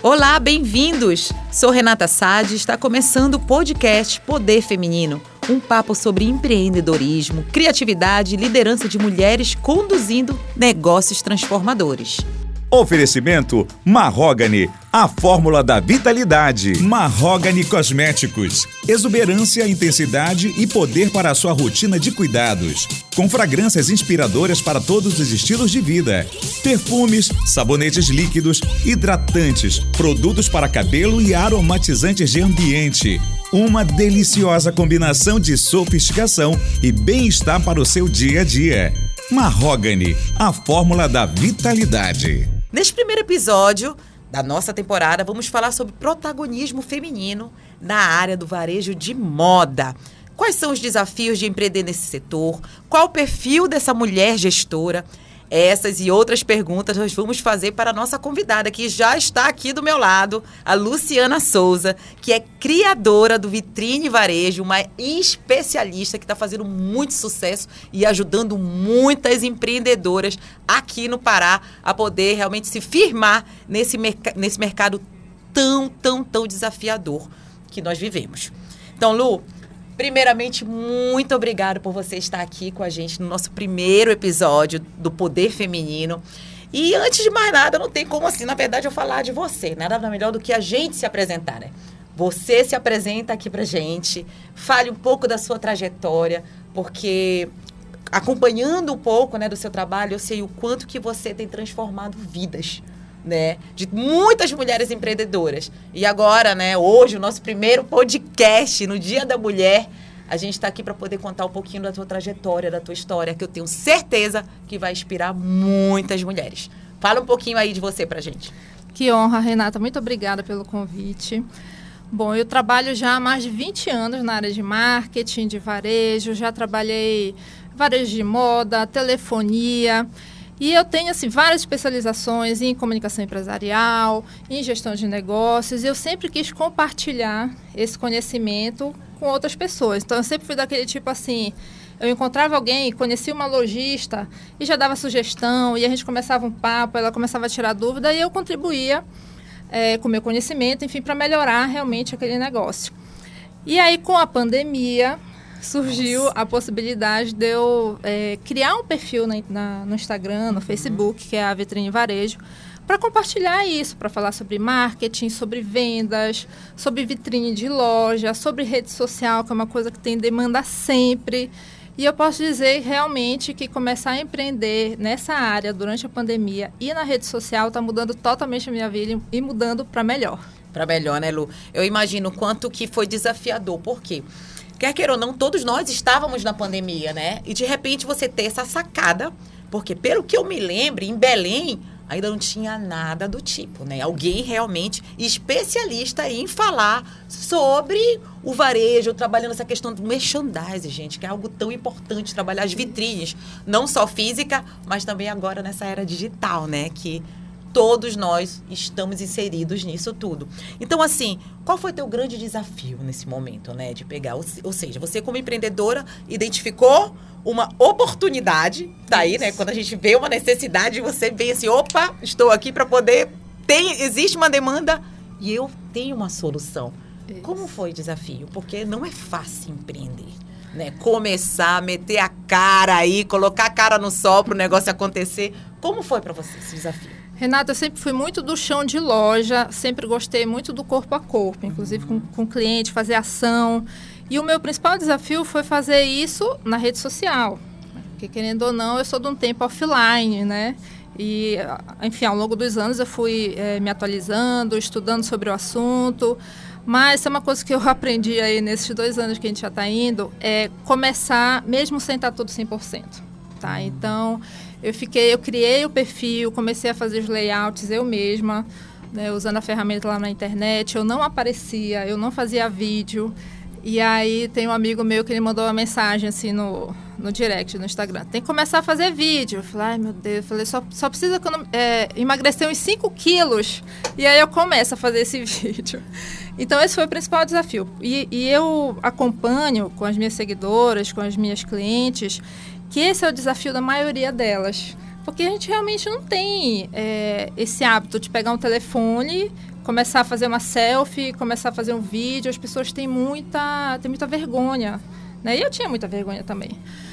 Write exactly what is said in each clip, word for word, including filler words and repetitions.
Olá, bem-vindos! Sou Renata Sade e está começando o podcast Poder Feminino, um papo sobre empreendedorismo, criatividade e liderança de mulheres conduzindo negócios transformadores. Oferecimento Mahogany, a fórmula da vitalidade. Mahogany Cosméticos, exuberância, intensidade e poder para a sua rotina de cuidados. Com fragrâncias inspiradoras para todos os estilos de vida. Perfumes, sabonetes líquidos, hidratantes, produtos para cabelo e aromatizantes de ambiente. Uma deliciosa combinação de sofisticação e bem-estar para o seu dia a dia. Mahogany, a fórmula da vitalidade. Neste primeiro episódio da nossa temporada, vamos falar sobre protagonismo feminino na área do varejo de moda. Quais são os desafios de empreender nesse setor? Qual o perfil dessa mulher gestora? Essas e outras perguntas nós vamos fazer para a nossa convidada, que já está aqui do meu lado, a Luciana Souza, que é criadora do Vitrine Varejo, uma especialista que está fazendo muito sucesso e ajudando muitas empreendedoras aqui no Pará a poder realmente se firmar nesse, merc- nesse mercado tão, tão, tão desafiador que nós vivemos. Então, Lu, primeiramente, muito obrigada por você estar aqui com a gente no nosso primeiro episódio do Poder Feminino. E antes de mais nada, não tem como assim, na verdade, eu falar de você. Nada melhor do que a gente se apresentar, né? Você se apresenta aqui pra gente, fale um pouco da sua trajetória, porque acompanhando um pouco, né, do seu trabalho, eu sei o quanto que você tem transformado vidas, né, de muitas mulheres empreendedoras. E agora, né, hoje, o nosso primeiro podcast, no Dia da Mulher, a gente está aqui para poder contar um pouquinho da tua trajetória, da tua história, que eu tenho certeza que vai inspirar muitas mulheres. Fala um pouquinho aí de você pra gente. Que honra, Renata. Muito obrigada pelo convite. Bom, eu trabalho já há mais de vinte anos na área de marketing, de varejo. Já trabalhei varejo de moda, telefonia. E eu tenho, assim, várias especializações em comunicação empresarial, em gestão de negócios, e eu sempre quis compartilhar esse conhecimento com outras pessoas. Então, eu sempre fui daquele tipo assim, eu encontrava alguém, conhecia uma lojista e já dava sugestão, e a gente começava um papo, ela começava a tirar dúvida, e eu contribuía é, com o meu conhecimento, enfim, para melhorar realmente aquele negócio. E aí, com a pandemia, surgiu Nossa. a possibilidade de eu é, criar um perfil na, na, no Instagram, no uhum. Facebook, que é a Vitrine Varejo, para compartilhar isso, para falar sobre marketing, sobre vendas, sobre vitrine de loja, sobre rede social, que é uma coisa que tem demanda sempre. E eu posso dizer realmente que começar a empreender nessa área durante a pandemia e na rede social está mudando totalmente a minha vida e mudando para melhor. Para melhor, né, Lu? Eu imagino o quanto que foi desafiador. Por quê? Quer queira ou não, todos nós estávamos na pandemia, né? E de repente você ter essa sacada, porque pelo que eu me lembro, em Belém ainda não tinha nada do tipo, né? Alguém realmente especialista em falar sobre o varejo, trabalhando essa questão do merchandising, gente, que é algo tão importante, trabalhar as vitrines, não só física, mas também agora nessa era digital, né? Que todos nós estamos inseridos nisso tudo. Então, assim, qual foi teu grande desafio nesse momento, né? De pegar, ou, ou seja, você como empreendedora identificou uma oportunidade, tá aí, né? Quando a gente vê uma necessidade, você vê assim, opa, estou aqui para poder, tem, existe uma demanda e eu tenho uma solução. Isso. Como foi o desafio? Porque não é fácil empreender, né? Começar, meter a cara aí, colocar a cara no sol para o negócio acontecer. Como foi para você esse desafio? Renata, eu sempre fui muito do chão de loja, sempre gostei muito do corpo a corpo, inclusive uhum. com, com cliente, fazer ação. E o meu principal desafio foi fazer isso na rede social. Porque, querendo ou não, eu sou de um tempo offline, né? E, enfim, ao longo dos anos eu fui é, me atualizando, estudando sobre o assunto. Mas é uma coisa que eu aprendi aí nesses dois anos que a gente já está indo, é começar mesmo sem estar tudo cem por cento, tá? Então, eu fiquei, eu criei o perfil, comecei a fazer os layouts eu mesma, né, usando a ferramenta lá na internet. Eu não aparecia, eu não fazia vídeo. E aí tem um amigo meu que ele mandou uma mensagem assim no, no direct, no Instagram. Tem que começar a fazer vídeo. Eu falei, ai meu Deus, eu falei, só, só precisa é, emagrecer uns cinco quilos. E aí eu começo a fazer esse vídeo. Então esse foi o principal desafio. E, e eu acompanho com as minhas seguidoras, com as minhas clientes, que esse é o desafio da maioria delas. Porque a gente realmente não tem é, esse hábito de pegar um telefone, começar a fazer uma selfie, começar a fazer um vídeo, as pessoas têm muita, têm muita vergonha, né? E eu tinha muita vergonha também.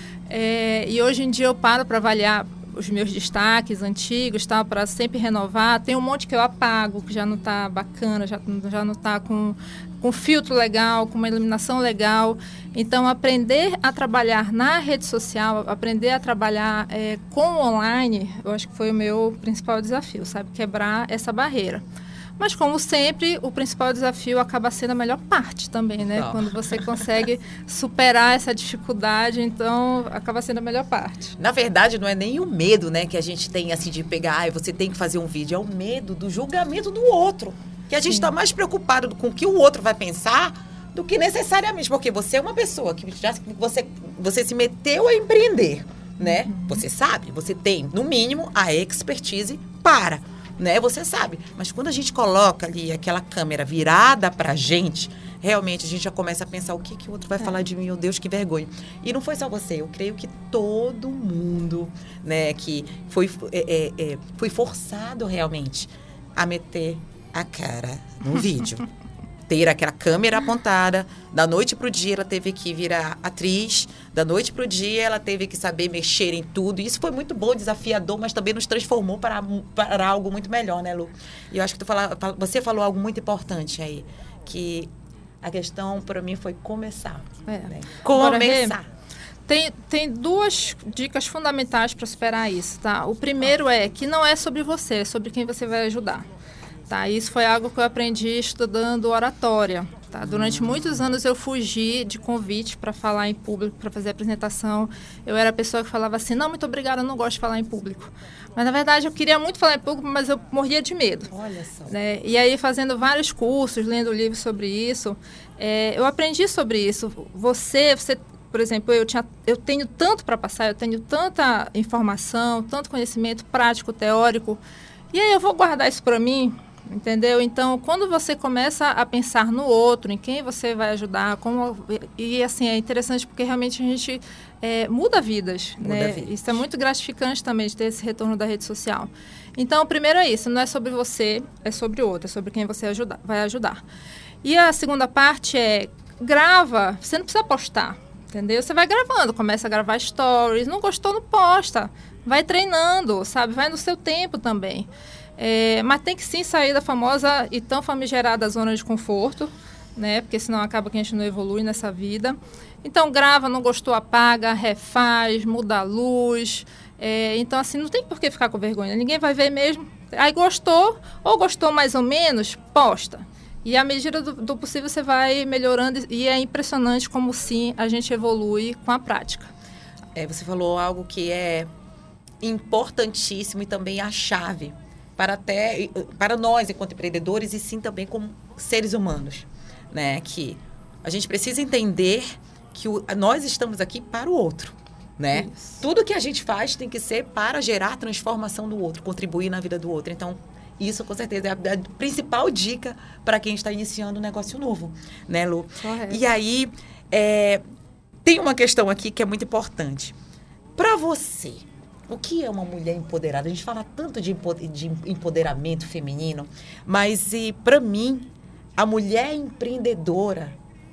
É, e hoje em dia eu paro para avaliar os meus destaques antigos, tá, para sempre renovar. Tem um monte que eu apago, que já não está bacana, já, já não está com, com filtro legal, com uma iluminação legal. Então, aprender a trabalhar na rede social, aprender a trabalhar é, com o online, eu acho que foi o meu principal desafio, sabe? Quebrar essa barreira. Mas, como sempre, o principal desafio acaba sendo a melhor parte também, né? Não. Quando você consegue superar essa dificuldade, então, acaba sendo a melhor parte. Na verdade, não é nem o medo, né, que a gente tem, assim, de pegar, ah, você tem que fazer um vídeo. É o medo do julgamento do outro. Que a gente está mais preocupado com o que o outro vai pensar do que necessariamente. Porque você é uma pessoa que já você, você se meteu a empreender, né? Uhum. Você sabe, você tem, no mínimo, a expertise para... Né? Você sabe, mas quando a gente coloca ali aquela câmera virada pra gente, realmente a gente já começa a pensar o que, que o outro vai é. falar de mim, meu Deus, que vergonha. E não foi só você, eu creio que todo mundo, né, que foi, é, é, foi forçado realmente a meter a cara no vídeo. Ter aquela câmera apontada, da noite pro dia ela teve que virar atriz, da noite pro dia ela teve que saber mexer em tudo. Isso foi muito bom, desafiador, mas também nos transformou para, para algo muito melhor, né, Lu? E eu acho que tu fala, você falou algo muito importante aí, que a questão para mim foi começar. É. Né? Começar. Agora, tem, tem duas dicas fundamentais para superar isso, tá? O primeiro é que não é sobre você, é sobre quem você vai ajudar. Tá, isso foi algo que eu aprendi estudando oratória. Tá? Durante muitos anos eu fugi de convite para falar em público, para fazer apresentação. Eu era a pessoa que falava assim, não, muito obrigada, eu não gosto de falar em público. Mas, na verdade, eu queria muito falar em público, mas eu morria de medo. Olha só. Né? E aí, fazendo vários cursos, lendo livros sobre isso, é, eu aprendi sobre isso. Você, você por exemplo, eu, tinha, eu tenho tanto para passar, eu tenho tanta informação, tanto conhecimento prático, teórico, e aí eu vou guardar isso para mim. Entendeu? Então, quando você começa a pensar no outro, em quem você vai ajudar, como e assim, é interessante porque realmente a gente é, muda vidas, muda né? Vidas. Isso é muito gratificante também de ter esse retorno da rede social. Então, o primeiro é isso, não é sobre você, é sobre o outro, é sobre quem você ajudar, vai ajudar. E a segunda parte é, grava, você não precisa postar, entendeu? Você vai gravando, começa a gravar stories, não gostou, não posta, vai treinando, sabe? Vai no seu tempo também. É, mas tem que sim sair da famosa e tão famigerada zona de conforto, né? Porque senão acaba que a gente não evolui nessa vida. Então, grava, não gostou, apaga, refaz, muda a luz. É, então, assim, não tem por que ficar com vergonha. Ninguém vai ver mesmo. Aí gostou, ou gostou mais ou menos, posta. E à medida do, do possível você vai melhorando. E é impressionante como sim a gente evolui com a prática. É, você falou algo que é importantíssimo e também a chave para até para nós enquanto empreendedores e sim também como seres humanos, né? Que a gente precisa entender que o, nós estamos aqui para o outro, né? Isso. Tudo que a gente faz tem que ser para gerar transformação do outro, contribuir na vida do outro. Então, isso com certeza é a, a principal dica para quem está iniciando um negócio novo, né, Lu? Correto. E aí, é, tem uma questão aqui que é muito importante. Para você, o que é uma mulher empoderada? A gente fala tanto de empoderamento feminino, mas para mim, a mulher empreendedora,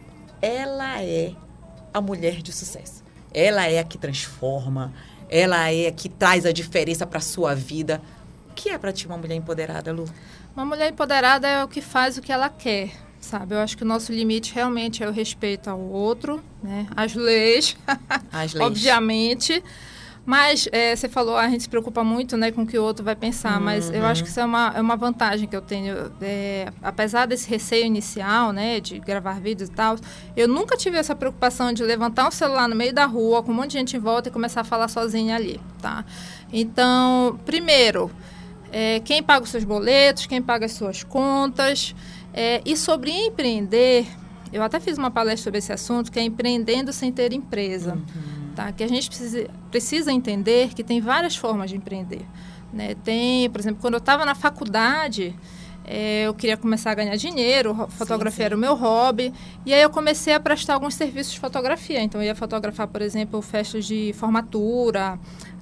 ela é a mulher de sucesso. Ela é a que transforma, ela é a que traz a diferença para a sua vida. O que é para ti uma mulher empoderada, Lu? Uma mulher empoderada é o que faz o que ela quer, sabe? Eu acho que o nosso limite realmente é o respeito ao outro, né? As leis, As leis. Obviamente. Mas, é, você falou, a gente se preocupa muito, né, com o que o outro vai pensar, uhum. Mas eu acho que isso é uma, é uma vantagem que eu tenho. É, apesar desse receio inicial, né, de gravar vídeos e tal, eu nunca tive essa preocupação de levantar um celular no meio da rua, com um monte de gente em volta e começar a falar sozinha ali, tá? Então, primeiro, é, quem paga os seus boletos, quem paga as suas contas, é, e sobre empreender, eu até fiz uma palestra sobre esse assunto, que é empreendendo sem ter empresa. Uhum. Tá? Que a gente precisa, precisa entender que tem várias formas de empreender, né? Tem, por exemplo, quando eu estava na faculdade, É, eu queria começar a ganhar dinheiro, fotografia sim, sim. era o meu hobby. E aí eu comecei a prestar alguns serviços de fotografia. Então eu ia fotografar, por exemplo, festas de formatura,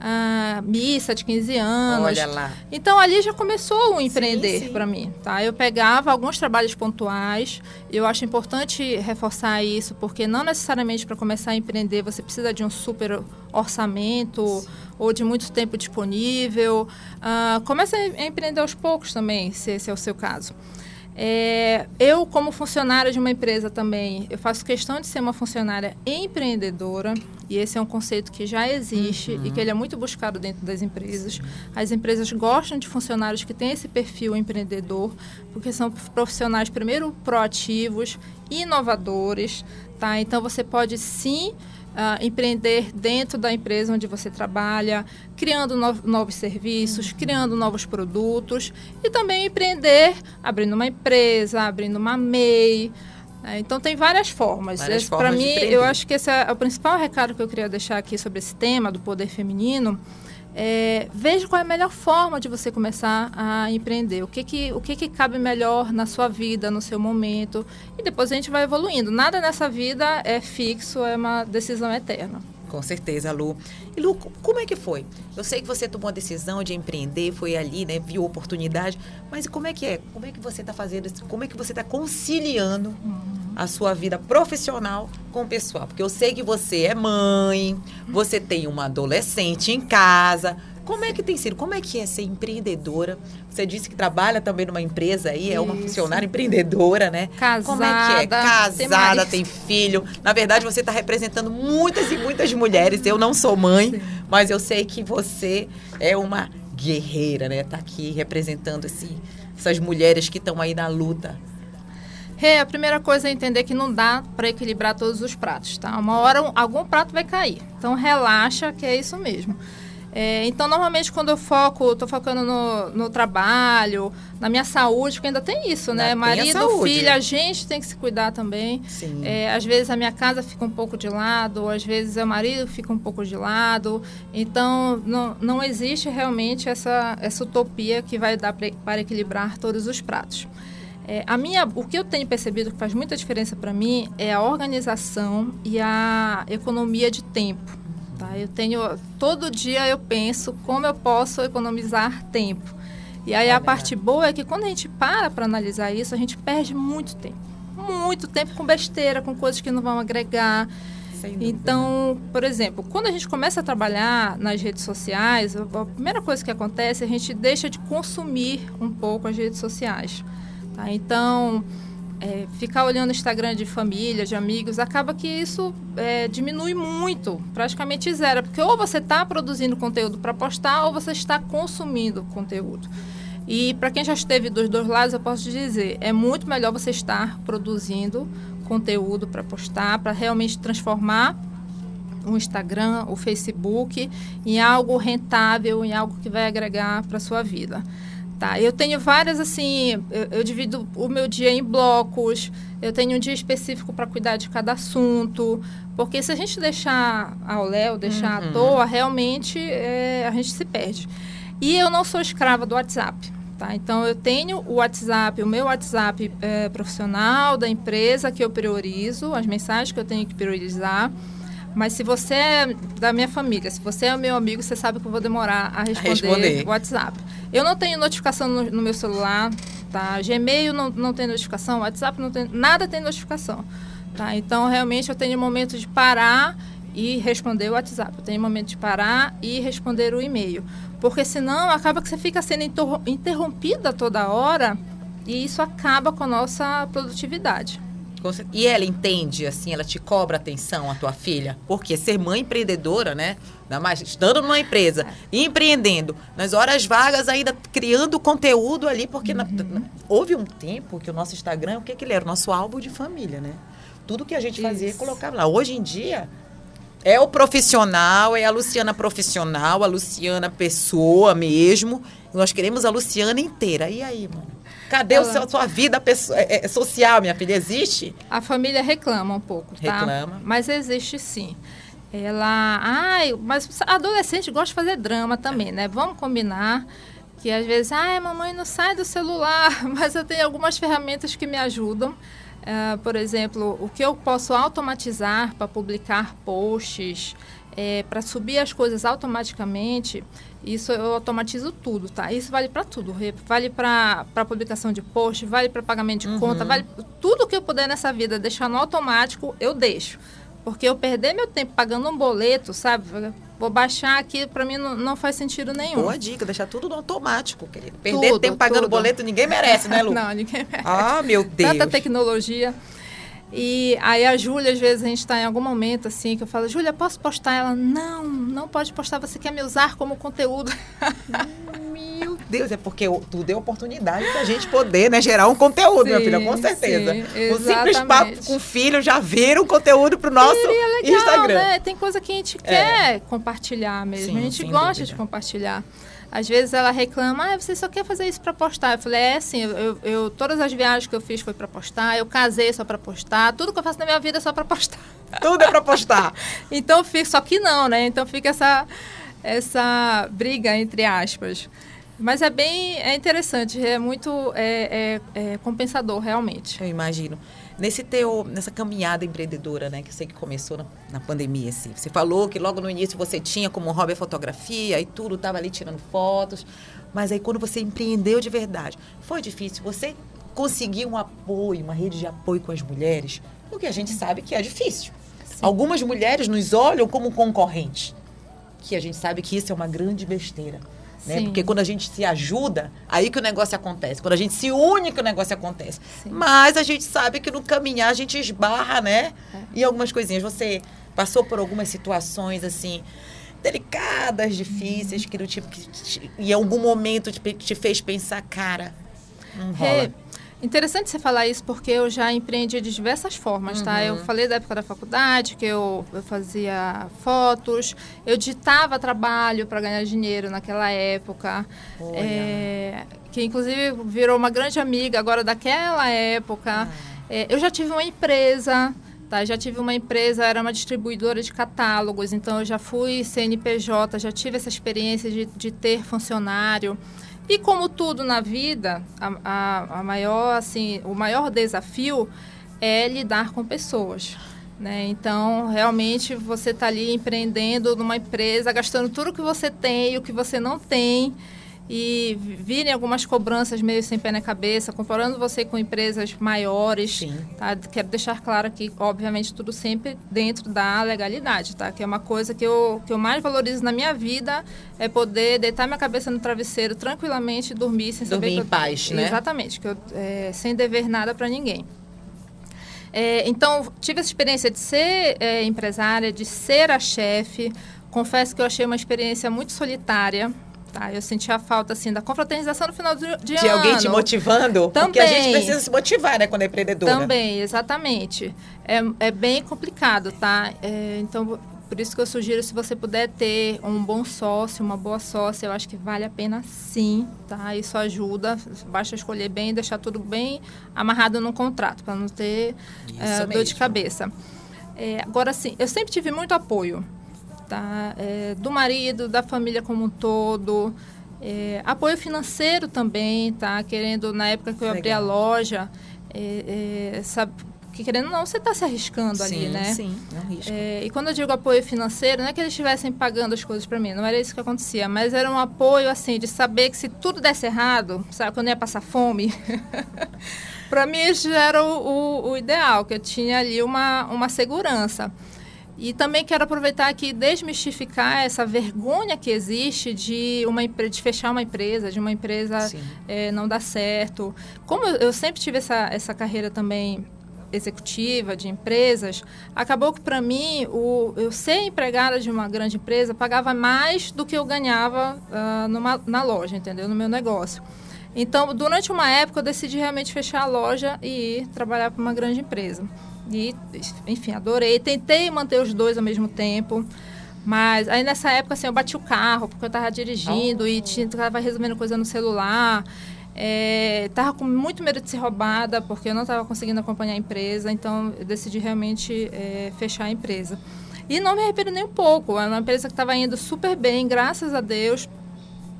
a missa de quinze anos. Olha lá. Então ali já começou o empreender para sim. mim, tá? Eu pegava alguns trabalhos pontuais. Eu acho importante reforçar isso, porque não necessariamente para começar a empreender você precisa de um super orçamento ou de muito tempo disponível. Uh, comece a empreender aos poucos também, se esse é o seu caso. É, eu, como funcionária de uma empresa também, eu faço questão de ser uma funcionária empreendedora, e esse é um conceito que já existe uhum. e que ele é muito buscado dentro das empresas. As empresas gostam de funcionários que têm esse perfil empreendedor, porque são profissionais, primeiro, proativos, inovadores, tá? Então, você pode, sim, Uh, empreender dentro da empresa onde você trabalha, criando no- novos serviços, uhum. criando novos produtos, e também empreender abrindo uma empresa, abrindo uma M E I. Né? Então, tem várias formas. Para mim, eu acho que esse é o principal recado que eu queria deixar aqui sobre esse tema do poder feminino. É, veja qual é a melhor forma de você começar a empreender. O que que, o que que cabe melhor na sua vida, no seu momento. E depois a gente vai evoluindo. Nada nessa vida é fixo, é uma decisão eterna. Com certeza, Lu. E Lu, como é que foi? Eu sei que você tomou a decisão de empreender, foi ali, né? Viu oportunidade. Mas como é que é? Como é que você está fazendo isso? Como é que você está conciliando uhum. a sua vida profissional com o pessoal? Porque eu sei que você é mãe, você tem uma adolescente em casa. Como é que tem sido? Como é que é ser empreendedora? Você disse que trabalha também numa empresa aí, é uma Isso. funcionária empreendedora, né? Casada. Como é que é? Casada, tem, tem filho. Na verdade, você está representando muitas e muitas mulheres. Eu não sou mãe, Sim. mas eu sei que você é uma guerreira, né? Está aqui representando esse, essas mulheres que estão aí na luta. É, a primeira coisa é entender que não dá para equilibrar todos os pratos, tá? Uma hora um, algum prato vai cair. Então, relaxa, que é isso mesmo. É, então, normalmente, quando eu foco, estou focando no, no trabalho, na minha saúde, porque ainda tem isso, né? Ainda Marido, filho, a gente tem que se cuidar também. Sim. É, às vezes, a minha casa fica um pouco de lado, às vezes, o marido fica um pouco de lado. Então, não, não existe realmente essa, essa utopia que vai dar pra, para equilibrar todos os pratos. É, a minha, o que eu tenho percebido que faz muita diferença para mim é a organização e a economia de tempo. Tá? Eu tenho, todo dia eu penso como eu posso economizar tempo. E aí, a parte boa é que quando a gente para para analisar isso, a gente perde muito tempo. Muito tempo com besteira, com coisas que não vão agregar. Então, por exemplo, quando a gente começa a trabalhar nas redes sociais, a primeira coisa que acontece é a gente deixa de consumir um pouco as redes sociais. Tá? Então... É, ficar olhando o Instagram de família, de amigos, acaba que isso é, diminui muito, praticamente zero. Porque ou você está produzindo conteúdo para postar, ou você está consumindo conteúdo. E para quem já esteve dos dois lados, eu posso te dizer, é muito melhor você estar produzindo conteúdo para postar, para realmente transformar o Instagram, o Facebook, em algo rentável, em algo que vai agregar para a sua vida. Tá, eu tenho várias, assim, eu, eu divido o meu dia em blocos, eu tenho um dia específico para cuidar de cada assunto, porque se a gente deixar ao léu, deixar uhum. à toa, realmente é, a gente se perde. E eu não sou escrava do WhatsApp, tá? Então, eu tenho o WhatsApp, o meu WhatsApp é, profissional da empresa que eu priorizo, as mensagens que eu tenho que priorizar. Mas se você é da minha família, se você é meu amigo, você sabe que eu vou demorar a responder, a responder. o WhatsApp. Eu não tenho notificação no, no meu celular, tá? Gmail não, não tem notificação, WhatsApp não tem, nada tem notificação, tá? Então, realmente, eu tenho um momento de parar e responder o WhatsApp. Eu tenho um momento de parar e responder o e-mail. Porque senão, acaba que você fica sendo interrompida toda hora e isso acaba com a nossa produtividade. E ela entende, assim, ela te cobra atenção, a tua filha? Porque ser mãe empreendedora, né? Ainda mais estando numa empresa, empreendendo, nas horas vagas ainda criando conteúdo ali, porque uhum. na, na, houve um tempo que o nosso Instagram, o que, que ele era? O nosso álbum de família, né? Tudo que a gente fazia, colocava lá. Hoje em dia, é o profissional, é a Luciana profissional, a Luciana pessoa mesmo. Nós queremos a Luciana inteira. E aí, mano? Cadê a seu, sua vida pessoa, é, é, social, minha filha? Existe? A família reclama um pouco, tá? Reclama. Mas existe sim. Ela... Ai, mas adolescente gosta de fazer drama também, né? Vamos combinar. que às vezes, ah, mamãe não sai do celular, mas eu tenho algumas ferramentas que me ajudam. Uh, por exemplo, o que eu posso automatizar para publicar posts, é, para subir as coisas automaticamente, isso eu automatizo tudo, tá? Isso vale para tudo, vale para publicação de post, vale para pagamento de uhum. conta, vale tudo que eu puder nessa vida deixar no automático, eu deixo. Porque eu perder meu tempo pagando um boleto, sabe? Vou baixar aqui, para mim não, não faz sentido nenhum. Boa dica, deixar tudo no automático, querido. Perder tudo, tempo pagando tudo. boleto, ninguém merece, né, Lu? Não, ninguém merece. Ah, meu Deus. Tanta tecnologia. E aí a Júlia, às vezes, a gente está em algum momento assim, que eu falo, Júlia, posso postar? Ela, não, não pode postar, você quer me usar como conteúdo. Meu Deus, é porque tudo é oportunidade da gente poder, né, gerar um conteúdo, sim, minha filha, com certeza. Sim, o simples papo com o filho já vira um conteúdo pro nosso é legal, Instagram. Né? Tem coisa que a gente é. quer compartilhar mesmo, sim, a gente gosta dúvida. de compartilhar. Às vezes ela reclama, ah, você só quer fazer isso para postar. Eu falei, é assim, eu, eu, todas as viagens que eu fiz foi para postar, eu casei só para postar, tudo que eu faço na minha vida é só para postar. Tudo é para postar. Então fica, só que não, né? Então fica essa, essa briga, entre aspas. Mas é bem, é interessante, é muito é, é, é compensador, realmente. Eu imagino. Nesse teu, nessa caminhada empreendedora, né, que eu sei que começou na, na pandemia, assim, você falou que logo no início você tinha como hobby a fotografia e tudo, estava ali tirando fotos, mas aí quando você empreendeu de verdade, foi difícil? Você conseguiu um apoio, uma rede de apoio com as mulheres? Porque a gente sabe que é difícil. Sim. Algumas mulheres nos olham como concorrentes, que a gente sabe que isso é uma grande besteira. Né? Porque quando a gente se ajuda, aí que o negócio acontece. Quando a gente se une, que o negócio acontece. Sim. Mas a gente sabe que no caminhar a gente esbarra, né? É. E algumas coisinhas. Você passou por algumas situações, assim, delicadas, difíceis, uhum. que do tipo que te, em algum momento te, te fez pensar, cara, não rola. É. Interessante você falar isso, porque eu já empreendi de diversas formas, uhum. tá? Eu falei da época da faculdade, que eu, eu fazia fotos, eu ditava trabalho para ganhar dinheiro naquela época, é, que inclusive virou uma grande amiga agora daquela época. Ah. É, eu já tive uma empresa, tá? Já tive uma empresa, era uma distribuidora de catálogos, então eu já fui C N P J, já tive essa experiência de, de ter funcionário. E como tudo na vida, a, a, a maior, assim, o maior desafio é lidar com pessoas, né? Então, realmente, você está ali empreendendo numa empresa, gastando tudo que você tem e o que você não tem, e virem algumas cobranças meio sem pé na cabeça, comparando você com empresas maiores. Sim. Tá? Quero deixar claro que, obviamente, tudo sempre dentro da legalidade, tá? Que é uma coisa que eu, que eu mais valorizo na minha vida, é poder deitar minha cabeça no travesseiro tranquilamente e dormir sem dormir saber... Dormir em paz, né? Exatamente, que eu, é, sem dever nada para ninguém. É, então, tive essa experiência de ser é, empresária, de ser a chefe. Confesso que eu achei uma experiência muito solitária. Tá, eu senti a falta, assim, da confraternização no final de, de, de ano. De alguém te motivando? Também. Porque a gente precisa se motivar, né, quando é empreendedora. Também, exatamente. É, é bem complicado, tá? É, então, por isso que eu sugiro, se você puder ter um bom sócio, uma boa sócia, eu acho que vale a pena sim, tá? Isso ajuda, basta escolher bem, deixar tudo bem amarrado no contrato, para não ter é, dor de cabeça. É, agora, sim, eu sempre tive muito apoio. Tá? É, do marido, da família como um todo, é, apoio financeiro também, tá? Querendo, na época que eu Legal. abri a loja, é, é, sabe, que querendo não, você está se arriscando sim, ali, né? Sim, é um risco. É, e quando eu digo apoio financeiro, não é que eles estivessem pagando as coisas para mim, não era isso que acontecia, mas era um apoio, assim, de saber que se tudo desse errado, sabe, quando eu ia passar fome, para mim isso já era o, o, o ideal, que eu tinha ali uma, uma segurança. E também quero aproveitar aqui e desmistificar essa vergonha que existe de, uma, de fechar uma empresa, de uma empresa é, não dar certo. Como eu, eu sempre tive essa, essa carreira também executiva de empresas, acabou que para mim, o, eu ser empregada de uma grande empresa pagava mais do que eu ganhava uh, numa, na loja, entendeu? No meu negócio. Então, durante uma época, eu decidi realmente fechar a loja e ir trabalhar para uma grande empresa. E, enfim, adorei. Tentei manter os dois ao mesmo tempo, mas aí nessa época, assim, eu bati o carro, porque eu estava dirigindo oh. e estava resolvendo coisa no celular. Estava é, com muito medo de ser roubada, porque eu não estava conseguindo acompanhar a empresa, então eu decidi realmente é, fechar a empresa. E não me arrependo nem um pouco, era uma empresa que estava indo super bem, graças a Deus.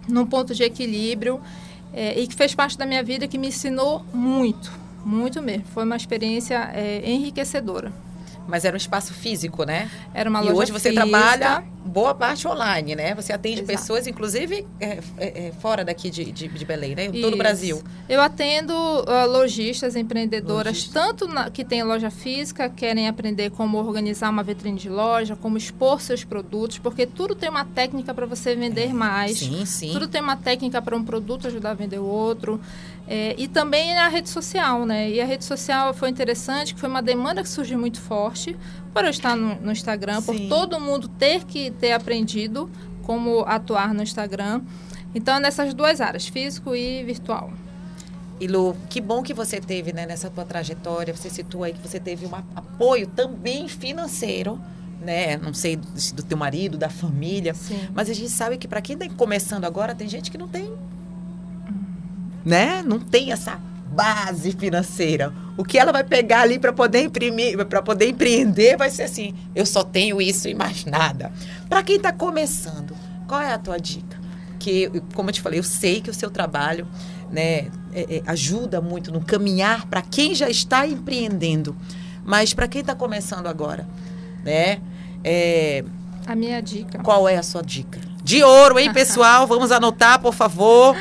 num ponto de equilíbrio, é, e que fez parte da minha vida, que me ensinou muito, muito mesmo. Foi uma experiência é, enriquecedora. Mas era um espaço físico, né? Era uma e loja hoje você física. Trabalha boa parte online, né? Você atende Exato. Pessoas, inclusive, é, é, fora daqui de, de, de Belém, né? Em todo Isso. o Brasil. Eu atendo uh, lojistas, empreendedoras, Logista. tanto na, que têm loja física, querem aprender como organizar uma vitrine de loja, como expor seus produtos, porque tudo tem uma técnica para você vender é, mais. Sim, sim. Tudo tem uma técnica para um produto ajudar a vender o outro. É, e também a rede social, né? E a rede social foi interessante, que foi uma demanda que surgiu muito forte por eu estar no, no Instagram, por Sim. todo mundo ter que ter aprendido como atuar no Instagram. Então, nessas duas áreas, físico e virtual. E Lu, que bom que você teve, né, nessa tua trajetória, você citou aí que você teve um apoio também financeiro, né? Não sei do teu marido, da família, Sim. mas a gente sabe que para quem está começando agora, tem gente que não tem, né? Não tem essa base financeira. O que ela vai pegar ali para poder imprimir, para poder empreender, vai ser assim: eu só tenho isso e mais nada. Para quem está começando, qual é a tua dica? Que, como eu te falei, eu sei que o seu trabalho, né, é, é, ajuda muito no caminhar para quem já está empreendendo, mas para quem está começando agora, né? É, a minha dica. Qual é a sua dica? De ouro, hein, pessoal? Vamos anotar, por favor.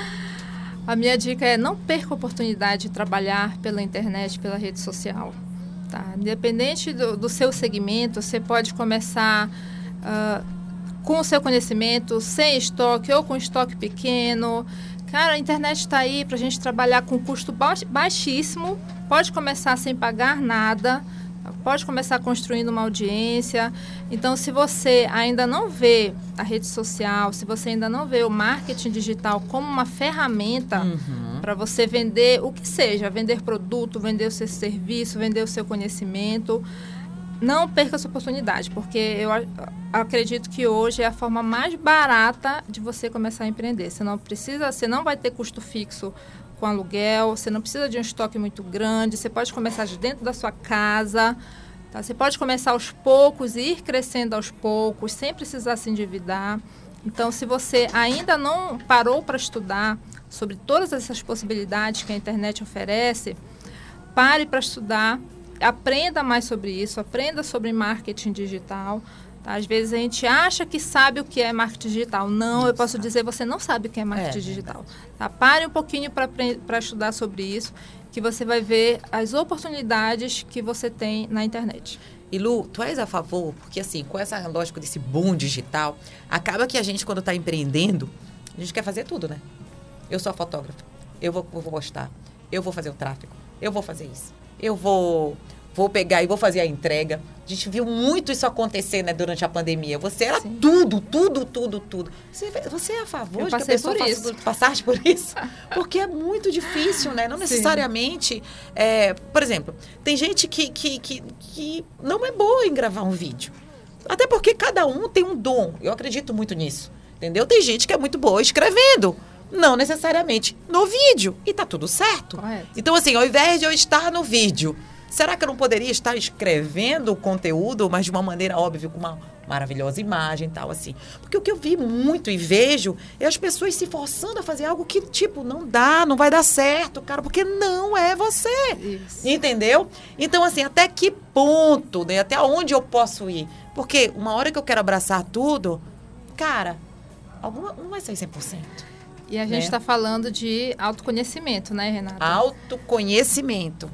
A minha dica é: não perca a oportunidade de trabalhar pela internet, pela rede social. Tá? Independente do, do seu segmento, você pode começar uh, com o seu conhecimento, sem estoque ou com estoque pequeno. Cara, a internet está aí para a gente trabalhar com custo baixíssimo. Pode começar sem pagar nada. Pode começar construindo uma audiência. Então, se você ainda não vê a rede social, se você ainda não vê o marketing digital como uma ferramenta uhum. para você vender o que seja, vender produto, vender o seu serviço, vender o seu conhecimento, não perca essa oportunidade, porque eu acredito que hoje é a forma mais barata de você começar a empreender. Você não precisa, você não vai ter custo fixo com aluguel, você não precisa de um estoque muito grande, você pode começar de dentro da sua casa, tá? Você pode começar aos poucos e ir crescendo aos poucos, sem precisar se endividar. Então, se você ainda não parou para estudar sobre todas essas possibilidades que a internet oferece, pare para estudar, aprenda mais sobre isso, aprenda sobre marketing digital. Às vezes a gente acha que sabe o que é marketing digital. Não, eu posso dizer, você não sabe o que é marketing é, digital. Tá? Pare um pouquinho para estudar sobre isso, que você vai ver as oportunidades que você tem na internet. E Lu, tu és a favor? Porque assim, com essa lógica desse boom digital, acaba que a gente, quando está empreendendo, a gente quer fazer tudo, né? Eu sou a fotógrafa, eu vou, eu vou postar, eu vou fazer o tráfego, eu vou fazer isso, eu vou... Vou pegar e vou fazer a entrega. A gente viu muito isso acontecer, né, durante a pandemia. Você era Sim. tudo, tudo, tudo, tudo. Você, você é a favor Eu de que a pessoa faça, passasse por isso? Porque é muito difícil, né? Não Sim. necessariamente... É, por exemplo, tem gente que, que, que, que não é boa em gravar um vídeo. Até porque cada um tem um dom. Eu acredito muito nisso. Entendeu? Tem gente que é muito boa escrevendo. Não necessariamente no vídeo. E tá tudo certo. Correto. Então, assim, ao invés de eu estar no vídeo... Será que eu não poderia estar escrevendo o conteúdo, mas de uma maneira óbvia, com uma maravilhosa imagem e tal, assim? Porque o que eu vi muito e vejo é as pessoas se forçando a fazer algo que, tipo, não dá, não vai dar certo, cara, porque não é você. Isso. Entendeu? Então, assim, até que ponto, né? Até onde eu posso ir? Porque uma hora que eu quero abraçar tudo, cara, alguma, não vai sair cem por cento. E a gente está né? falando de autoconhecimento, né, Renata? Autoconhecimento.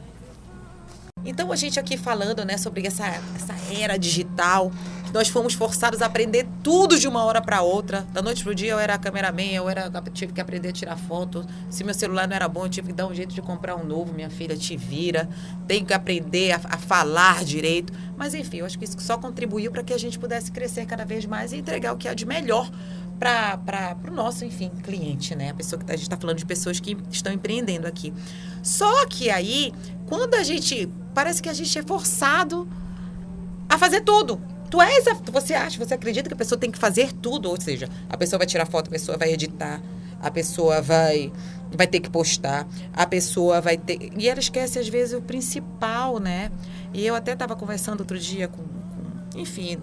Então, a gente aqui falando, né, sobre essa, essa era digital, que nós fomos forçados a aprender tudo de uma hora para outra. Da noite para o dia, eu era cameraman, eu, era, eu tive que aprender a tirar foto. Se meu celular não era bom, eu tive que dar um jeito de comprar um novo. Minha filha, te vira. Tenho que aprender a, a falar direito. Mas, enfim, eu acho que isso só contribuiu para que a gente pudesse crescer cada vez mais e entregar o que há de melhor para o nosso, enfim, cliente, né? A pessoa que tá, a gente está falando de pessoas que estão empreendendo aqui. Só que aí, quando a gente... Parece que a gente é forçado a fazer tudo. Tu és a, você acha, você acredita que a pessoa tem que fazer tudo? Ou seja, a pessoa vai tirar foto, a pessoa vai editar, a pessoa vai, vai ter que postar, a pessoa vai ter... E ela esquece, às vezes, o principal, né? E eu até estava conversando outro dia com, com... Enfim...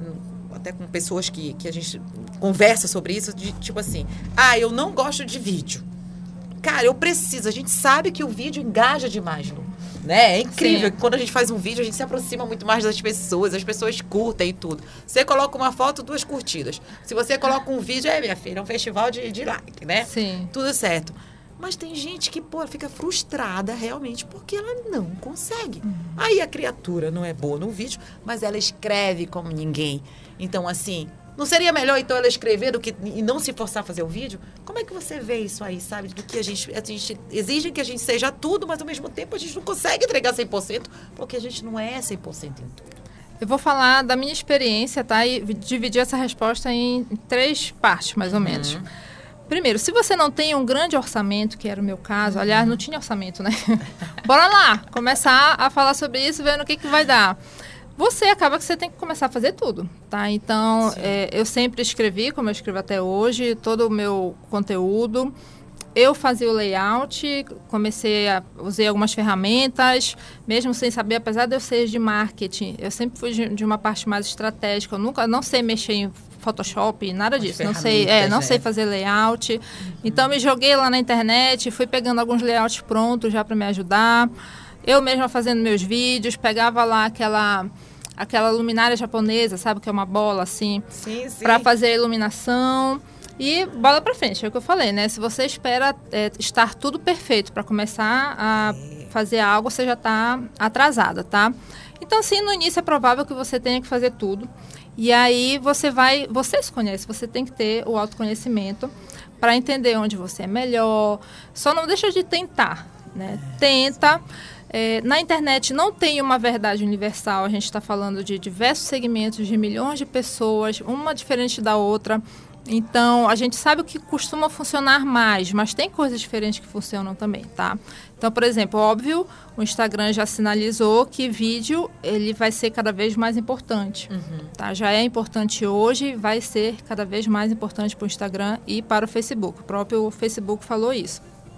até com pessoas que, que a gente conversa sobre isso, de tipo assim, ah, eu não gosto de vídeo. Cara, eu preciso, a gente sabe que o vídeo engaja demais, Lu, né? É incrível Sim. que quando a gente faz um vídeo, a gente se aproxima muito mais das pessoas, as pessoas curtem e tudo. Você coloca uma foto, duas curtidas. Se você coloca um vídeo, é, minha filha, é um festival de, de like, né? Sim. Tudo certo. Mas tem gente que, pô, fica frustrada realmente porque ela não consegue. Uhum. Aí a criatura não é boa no vídeo, mas ela escreve como ninguém. Então, assim, não seria melhor, então, ela escrever do que e não se forçar a fazer o vídeo? Como é que você vê isso aí, sabe? Do que a gente, a gente exige que a gente seja tudo, mas ao mesmo tempo a gente não consegue entregar cem por cento, porque a gente não é cem por cento em tudo. Eu vou falar da minha experiência, tá? E dividir essa resposta em três partes, mais ou Uhum. menos. Primeiro, se você não tem um grande orçamento, que era o meu caso, uhum. aliás, não tinha orçamento, né? Bora lá, começar a falar sobre isso, vendo o que, que vai dar. Você acaba que você tem que começar a fazer tudo, tá? Então, é, eu sempre escrevi, como eu escrevo até hoje, todo o meu conteúdo. Eu fazia o layout, comecei a usar algumas ferramentas, mesmo sem saber, apesar de eu ser de marketing, eu sempre fui de, de uma parte mais estratégica. Eu nunca, não sei mexer em Photoshop, nada As disso. Não sei, é, não né? sei fazer layout. Uhum. Então, me joguei lá na internet, fui pegando alguns layouts prontos já para me ajudar. Eu mesma fazendo meus vídeos, pegava lá aquela, aquela luminária japonesa, sabe? Que é uma bola assim, para fazer a iluminação. E bola para frente, é o que eu falei, né? Se você espera é, estar tudo perfeito para começar a fazer algo, você já está atrasada, tá? Então, assim, no início é provável que você tenha que fazer tudo. E aí você vai, você se conhece, você tem que ter o autoconhecimento para entender onde você é melhor. Só não deixa de tentar, né? Tenta. É, na internet não tem uma verdade universal, a gente está falando de diversos segmentos, de milhões de pessoas, uma diferente da outra. Então, a gente sabe o que costuma funcionar mais, mas tem coisas diferentes que funcionam também, tá? Então, por exemplo, óbvio, o Instagram já sinalizou que vídeo ele vai ser cada vez mais importante, uhum. tá? Já é importante hoje, vai ser cada vez mais importante para o Instagram e para o Facebook. O próprio Facebook falou isso.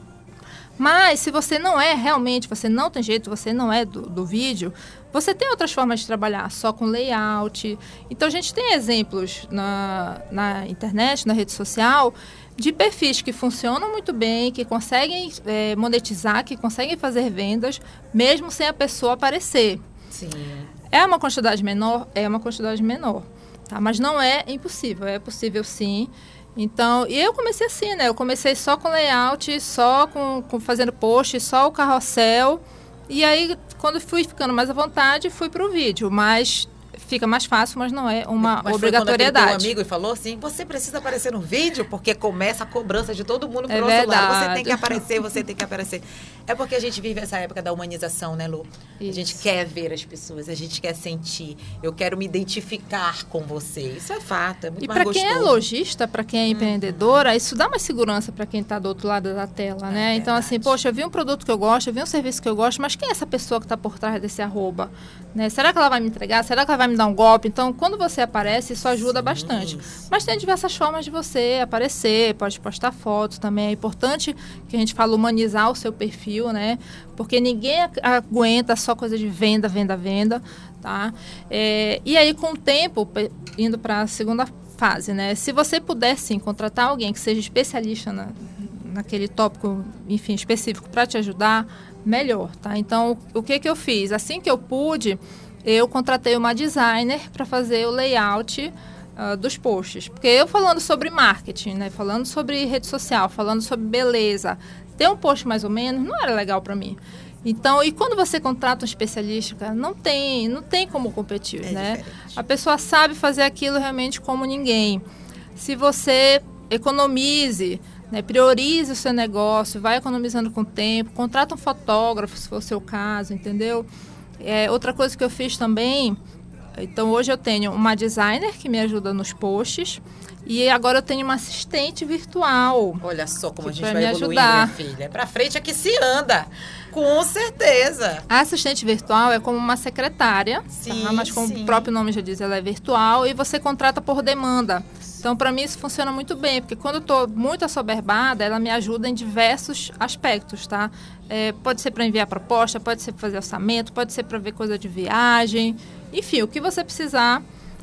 Mas, se você não é realmente, você não tem jeito, você não é do, do vídeo, você tem outras formas de trabalhar, só com layout. Então, a gente tem exemplos na, na internet, na rede social, de perfis que funcionam muito bem, que conseguem é, monetizar, que conseguem fazer vendas, mesmo sem a pessoa aparecer. Sim. É uma quantidade menor? É uma quantidade menor, tá? Mas não é impossível, é possível sim. Então, e eu comecei assim, né? Eu comecei só com layout, só com, com fazendo post, só o carrossel. E aí, quando fui ficando mais à vontade, fui para o vídeo. Mas fica mais fácil, mas não é uma mas obrigatoriedade. Foi quando amigo e falou assim, você precisa aparecer no vídeo, porque começa a cobrança de todo mundo pro é outro verdade. lado. Você tem que aparecer, você tem que aparecer. É porque a gente vive essa época da humanização, né, Lu? Isso. A gente quer ver as pessoas, a gente quer sentir. Eu quero me identificar com você. Isso é fato, é muito e mais gostoso. E para quem é lojista, para quem é empreendedora, hum. isso dá mais segurança para quem está do outro lado da tela, né? É então, assim, poxa, eu vi um produto que eu gosto, eu vi um serviço que eu gosto, mas quem é essa pessoa que está por trás desse arroba? Né? Será que ela vai me entregar? Será que ela vai me dar um golpe? Então, quando você aparece, isso ajuda Sim. bastante. Mas tem diversas formas de você aparecer, pode postar fotos também. É importante que a gente fala humanizar o seu perfil, né? Porque ninguém aguenta só coisa de venda, venda, venda, tá? É, e aí, com o tempo, indo para a segunda fase, né? Se você puder, sim, contratar alguém que seja especialista na, naquele tópico, enfim, específico para te ajudar, melhor, tá? Então, o que que eu fiz? Assim que eu pude, eu contratei uma designer para fazer o layout uh, dos posts. Porque eu falando sobre marketing, né? Falando sobre rede social, falando sobre beleza, ter um post mais ou menos não era legal para mim. Então, e quando você contrata um especialista, cara, não tem, não tem como competir, é né? Diferente. A pessoa sabe fazer aquilo realmente como ninguém. Se você economize, né, priorize o seu negócio, vai economizando com o tempo, contrata um fotógrafo, se for o seu caso, entendeu? É, outra coisa que eu fiz também, então hoje eu tenho uma designer que me ajuda nos posts e agora eu tenho uma assistente virtual. Olha só como a gente vai evoluindo, minha filha. É pra frente é que se anda, com certeza. A assistente virtual é como uma secretária, sim, tá? Mas como sim. o próprio nome já diz, ela é virtual e você contrata por demanda. Então, para mim, isso funciona muito bem, porque quando eu estou muito assoberbada, ela me ajuda em diversos aspectos, tá? É, pode ser para enviar proposta, pode ser para fazer orçamento, pode ser para ver coisa de viagem. Enfim, o que você precisar,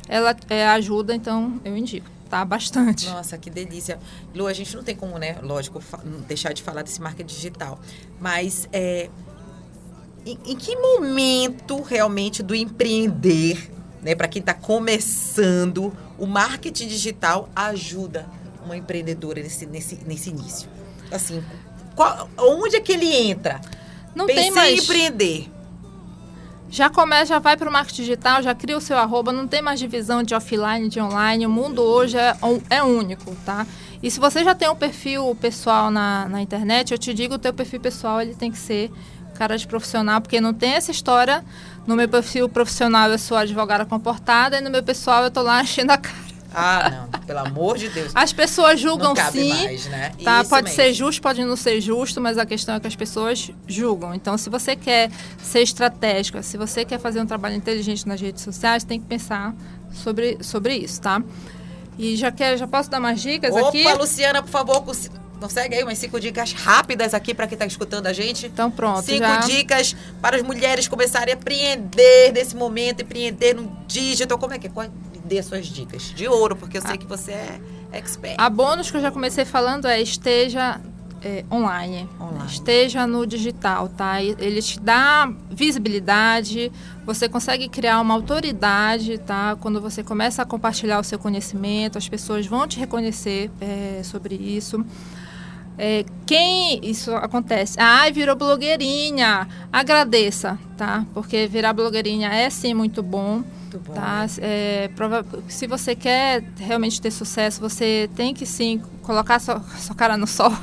ela é, ajuda, então eu indico, tá? Bastante. Nossa, que delícia. Lu, a gente não tem como, né, lógico, deixar de falar desse marketing digital, mas é, em, em que momento realmente do empreender, né, para quem está começando, o marketing digital ajuda uma empreendedora nesse, nesse, nesse início? Assim, qual, onde é que ele entra? Não Pensei tem mais... em empreender. Já começa, já vai para o marketing digital, já cria o seu arroba, não tem mais divisão de offline, de online, o mundo hoje é, é único, tá? E se você já tem um perfil pessoal na, na internet, eu te digo, o teu perfil pessoal ele tem que ser cara de profissional, porque não tem essa história, no meu perfil profissional eu sou advogada comportada e no meu pessoal eu tô lá enchendo a cara. Ah, não, pelo amor de Deus. As pessoas julgam não cabe sim, mais, né? tá? Isso Pode mesmo. ser justo, pode não ser justo, mas a questão é que as pessoas julgam. Então, se você quer ser estratégica, se você quer fazer um trabalho inteligente nas redes sociais, tem que pensar sobre, sobre isso, tá? E já, quer, já posso dar mais dicas Opa, aqui? Opa, Luciana, por favor, consegue aí umas cinco dicas rápidas aqui para quem está escutando a gente? Então, pronto. Cinco já... dicas para as mulheres começarem a empreender nesse momento, empreender no digital. Como é que é? Dê suas dicas de ouro, porque eu sei ah. que você é expert. A bônus que eu já comecei falando é esteja é, online, online, esteja no digital, tá? Ele te dá visibilidade, você consegue criar uma autoridade, tá? Quando você começa a compartilhar o seu conhecimento, as pessoas vão te reconhecer é, sobre isso. É, quem isso acontece? Ah, virou blogueirinha. Agradeça, tá? Porque virar blogueirinha é sim muito bom. Muito bom, tá? Né? É, prova- se você quer realmente ter sucesso, você tem que sim colocar sua, sua cara no sol.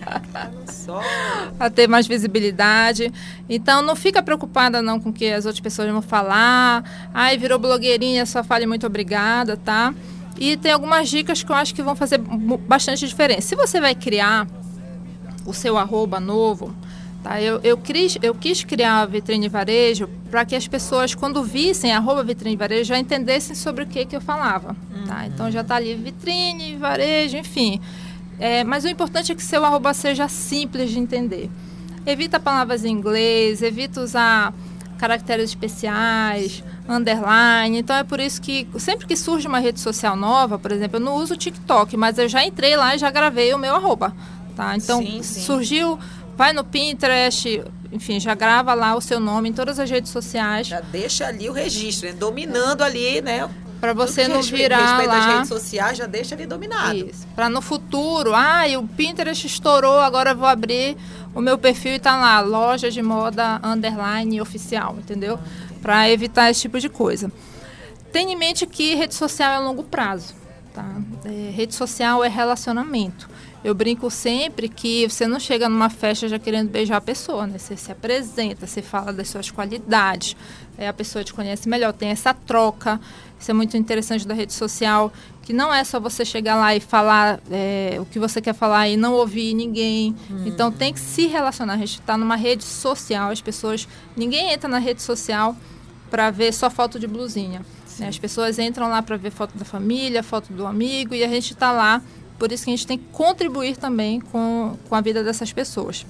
Para ter mais visibilidade. Então não fica preocupada não com o que as outras pessoas vão falar. Ai, virou blogueirinha, só fale muito obrigada, tá? E tem algumas dicas que eu acho que vão fazer bastante diferença. Se você vai criar o seu arroba novo, tá? Eu, eu, quis, eu quis criar a Vitrine Varejo para que as pessoas, quando vissem arroba Vitrine Varejo, já entendessem sobre o que, que eu falava. Uhum. Tá? Então já está ali Vitrine, Varejo, enfim. É, mas o importante é que seu arroba seja simples de entender. Evita palavras em inglês, evita usar caracteres especiais, underline. Então é por isso que sempre que surge uma rede social nova, por exemplo, eu não uso o TikTok, mas eu já entrei lá e já gravei o meu arroba. Tá? Então sim, sim. surgiu, vai no Pinterest, enfim, já grava lá o seu nome em todas as redes sociais. Já deixa ali o registro, né? Dominando ali, né? Para você não virar respeito lá... as redes sociais, já deixa ali dominado. Isso. Para no futuro, ah, o Pinterest estourou, agora eu vou abrir o meu perfil e tá lá, loja de moda underline oficial, entendeu? Para evitar esse tipo de coisa. Tenha em mente que rede social é a longo prazo, tá? É, rede social é relacionamento. Eu brinco sempre que você não chega numa festa já querendo beijar a pessoa, né? Você se apresenta, você fala das suas qualidades, é, a pessoa te conhece melhor, tem essa troca. Isso é muito interessante da rede social, que não é só você chegar lá e falar é, o que você quer falar e não ouvir ninguém. Hum. Então tem que se relacionar. A gente está numa rede social, as pessoas... Ninguém entra na rede social para ver só foto de blusinha. Né? As pessoas entram lá para ver foto da família, foto do amigo, e a gente está lá. Por isso que a gente tem que contribuir também com, com a vida dessas pessoas.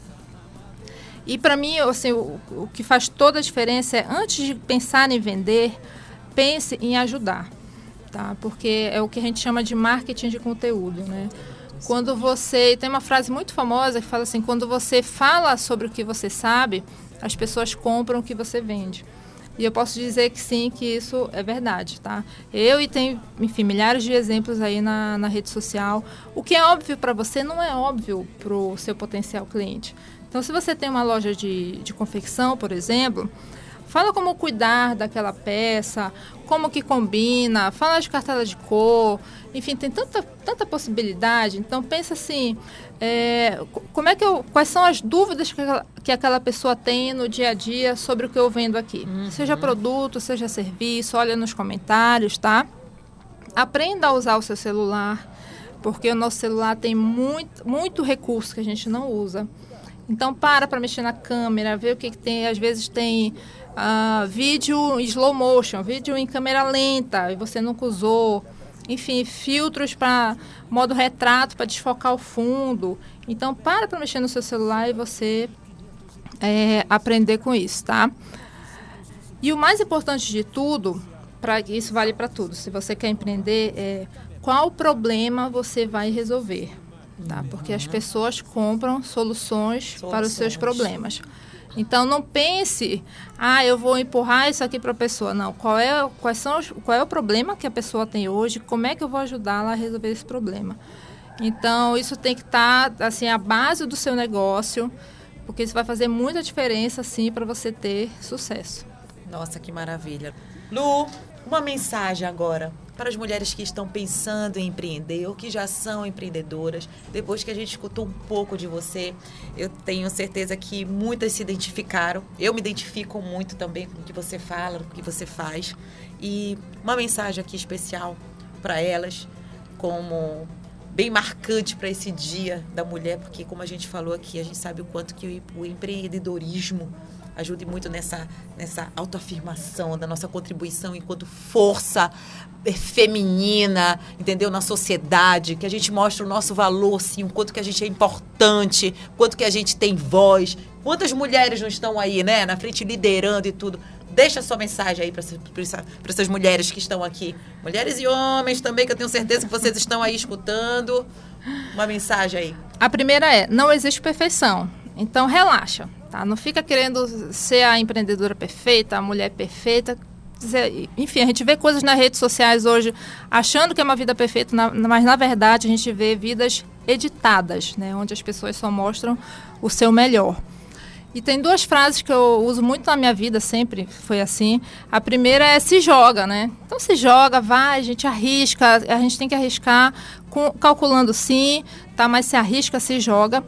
E para mim, assim, o, o que faz toda a diferença é, antes de pensar em vender, pense em ajudar, tá? Porque é o que a gente chama de marketing de conteúdo, né? Quando você... Tem uma frase muito famosa que fala assim, quando você fala sobre o que você sabe, as pessoas compram o que você vende. E eu posso dizer que sim, que isso é verdade, tá? Eu e tenho, enfim, milhares de exemplos aí na, na rede social. O que é óbvio para você não é óbvio para o seu potencial cliente. Então, se você tem uma loja de, de confecção, por exemplo, fala como cuidar daquela peça, como que combina, fala de cartela de cor, enfim, tem tanta, tanta possibilidade. Então, pensa assim, é, como é que eu, quais são as dúvidas que aquela, que aquela pessoa tem no dia a dia sobre o que eu vendo aqui? Uhum. Seja produto, seja serviço, olha nos comentários, tá? Aprenda a usar o seu celular, porque o nosso celular tem muito, muito recurso que a gente não usa. Então, para para mexer na câmera, ver o que, que tem. Às vezes tem uh, vídeo em slow motion, vídeo em câmera lenta, e você nunca usou. Enfim, filtros para modo retrato, para desfocar o fundo. Então, para para mexer no seu celular e você é, aprender com isso, tá? E o mais importante de tudo, pra, isso vale para tudo. Se você quer empreender, é, qual problema você vai resolver? Tá? Porque as pessoas compram soluções, soluções para os seus problemas. Então, não pense, ah, eu vou empurrar isso aqui para a pessoa. Não, qual é, quais são os, qual é o problema que a pessoa tem hoje? Como é que eu vou ajudá-la a resolver esse problema? Então, isso tem que estar, tá, assim, a base do seu negócio, porque isso vai fazer muita diferença, assim, para você ter sucesso. Nossa, que maravilha. Lu, uma mensagem agora para as mulheres que estão pensando em empreender ou que já são empreendedoras. Depois que a gente escutou um pouco de você, eu tenho certeza que muitas se identificaram. Eu me identifico muito também com o que você fala, com o que você faz. E uma mensagem aqui especial para elas, como bem marcante para esse Dia da Mulher, porque como a gente falou aqui, a gente sabe o quanto que o empreendedorismo ajude muito nessa, nessa autoafirmação da nossa contribuição enquanto força feminina, entendeu? Na sociedade, que a gente mostra o nosso valor, sim, o quanto que a gente é importante, o quanto que a gente tem voz. Quantas mulheres não estão aí, né, na frente liderando e tudo. Deixa a sua mensagem aí para essas mulheres que estão aqui. Mulheres e homens também, que eu tenho certeza que vocês estão aí escutando. Uma mensagem aí. A primeira é, não existe perfeição. Então, relaxa. Tá? Não fica querendo ser a empreendedora perfeita, a mulher perfeita. Enfim, a gente vê coisas nas redes sociais hoje achando que é uma vida perfeita, mas na verdade a gente vê vidas editadas, né? Onde as pessoas só mostram o seu melhor. E tem duas frases que eu uso muito na minha vida, sempre foi assim. A primeira é se joga, né? Então se joga, vai, a gente arrisca, a gente tem que arriscar com, calculando sim, tá? Mas se arrisca, se joga.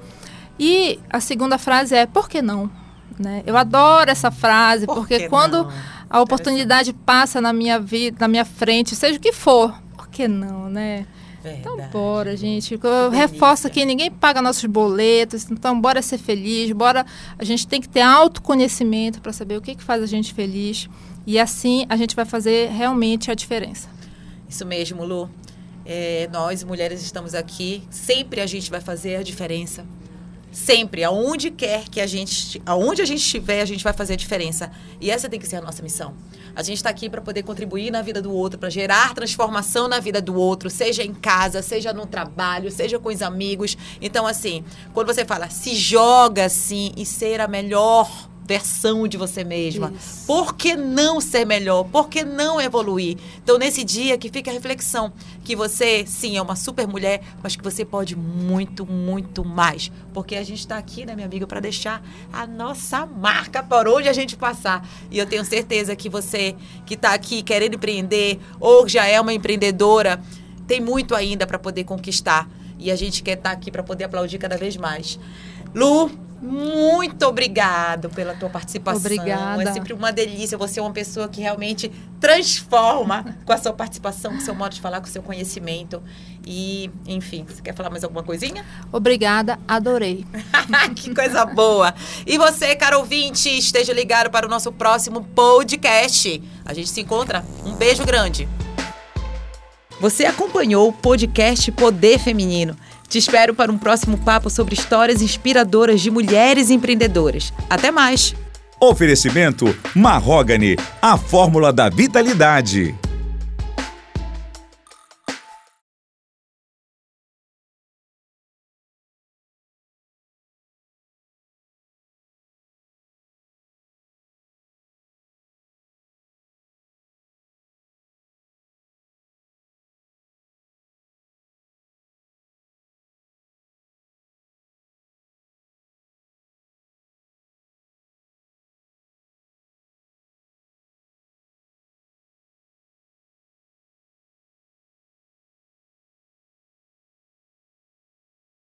E a segunda frase é, por que não? Né? Eu adoro essa frase, por porque quando não? a oportunidade passa na minha vida, na minha frente, seja o que for, por que não, né? Verdade. Então, bora, gente. Eu reforço aqui, ninguém paga nossos boletos, então bora ser feliz, bora... A gente tem que ter autoconhecimento para saber o que, que faz a gente feliz e assim a gente vai fazer realmente a diferença. Isso mesmo, Lu. É, nós, mulheres, estamos aqui, sempre a gente vai fazer a diferença. Sempre, aonde quer que a gente, aonde a gente estiver, a gente vai fazer a diferença. E essa tem que ser a nossa missão. A gente está aqui para poder contribuir na vida do outro, para gerar transformação na vida do outro, seja em casa, seja no trabalho, seja com os amigos. Então, assim, quando você fala, se joga assim e ser a melhor versão de você mesma. Isso. Por que não ser melhor? Por que não evoluir? Então, nesse dia que fica a reflexão, que você, sim, é uma super mulher, mas que você pode muito, muito mais. Porque a gente está aqui, né, minha amiga, para deixar a nossa marca por onde a gente passar. E eu tenho certeza que você que está aqui querendo empreender ou já é uma empreendedora, tem muito ainda para poder conquistar. E a gente quer estar aqui para poder aplaudir cada vez mais. Lu, muito obrigado pela tua participação. Obrigada. É sempre uma delícia. Você é uma pessoa que realmente transforma com a sua participação, com o seu modo de falar, com o seu conhecimento. E, enfim, você quer falar mais alguma coisinha? Obrigada, adorei. Que coisa boa. E você, caro ouvinte, esteja ligado para o nosso próximo podcast. A gente se encontra. Um beijo grande. Você acompanhou o podcast Poder Feminino. Te espero para um próximo papo sobre histórias inspiradoras de mulheres empreendedoras. Até mais! Oferecimento Mahogany, a fórmula da vitalidade.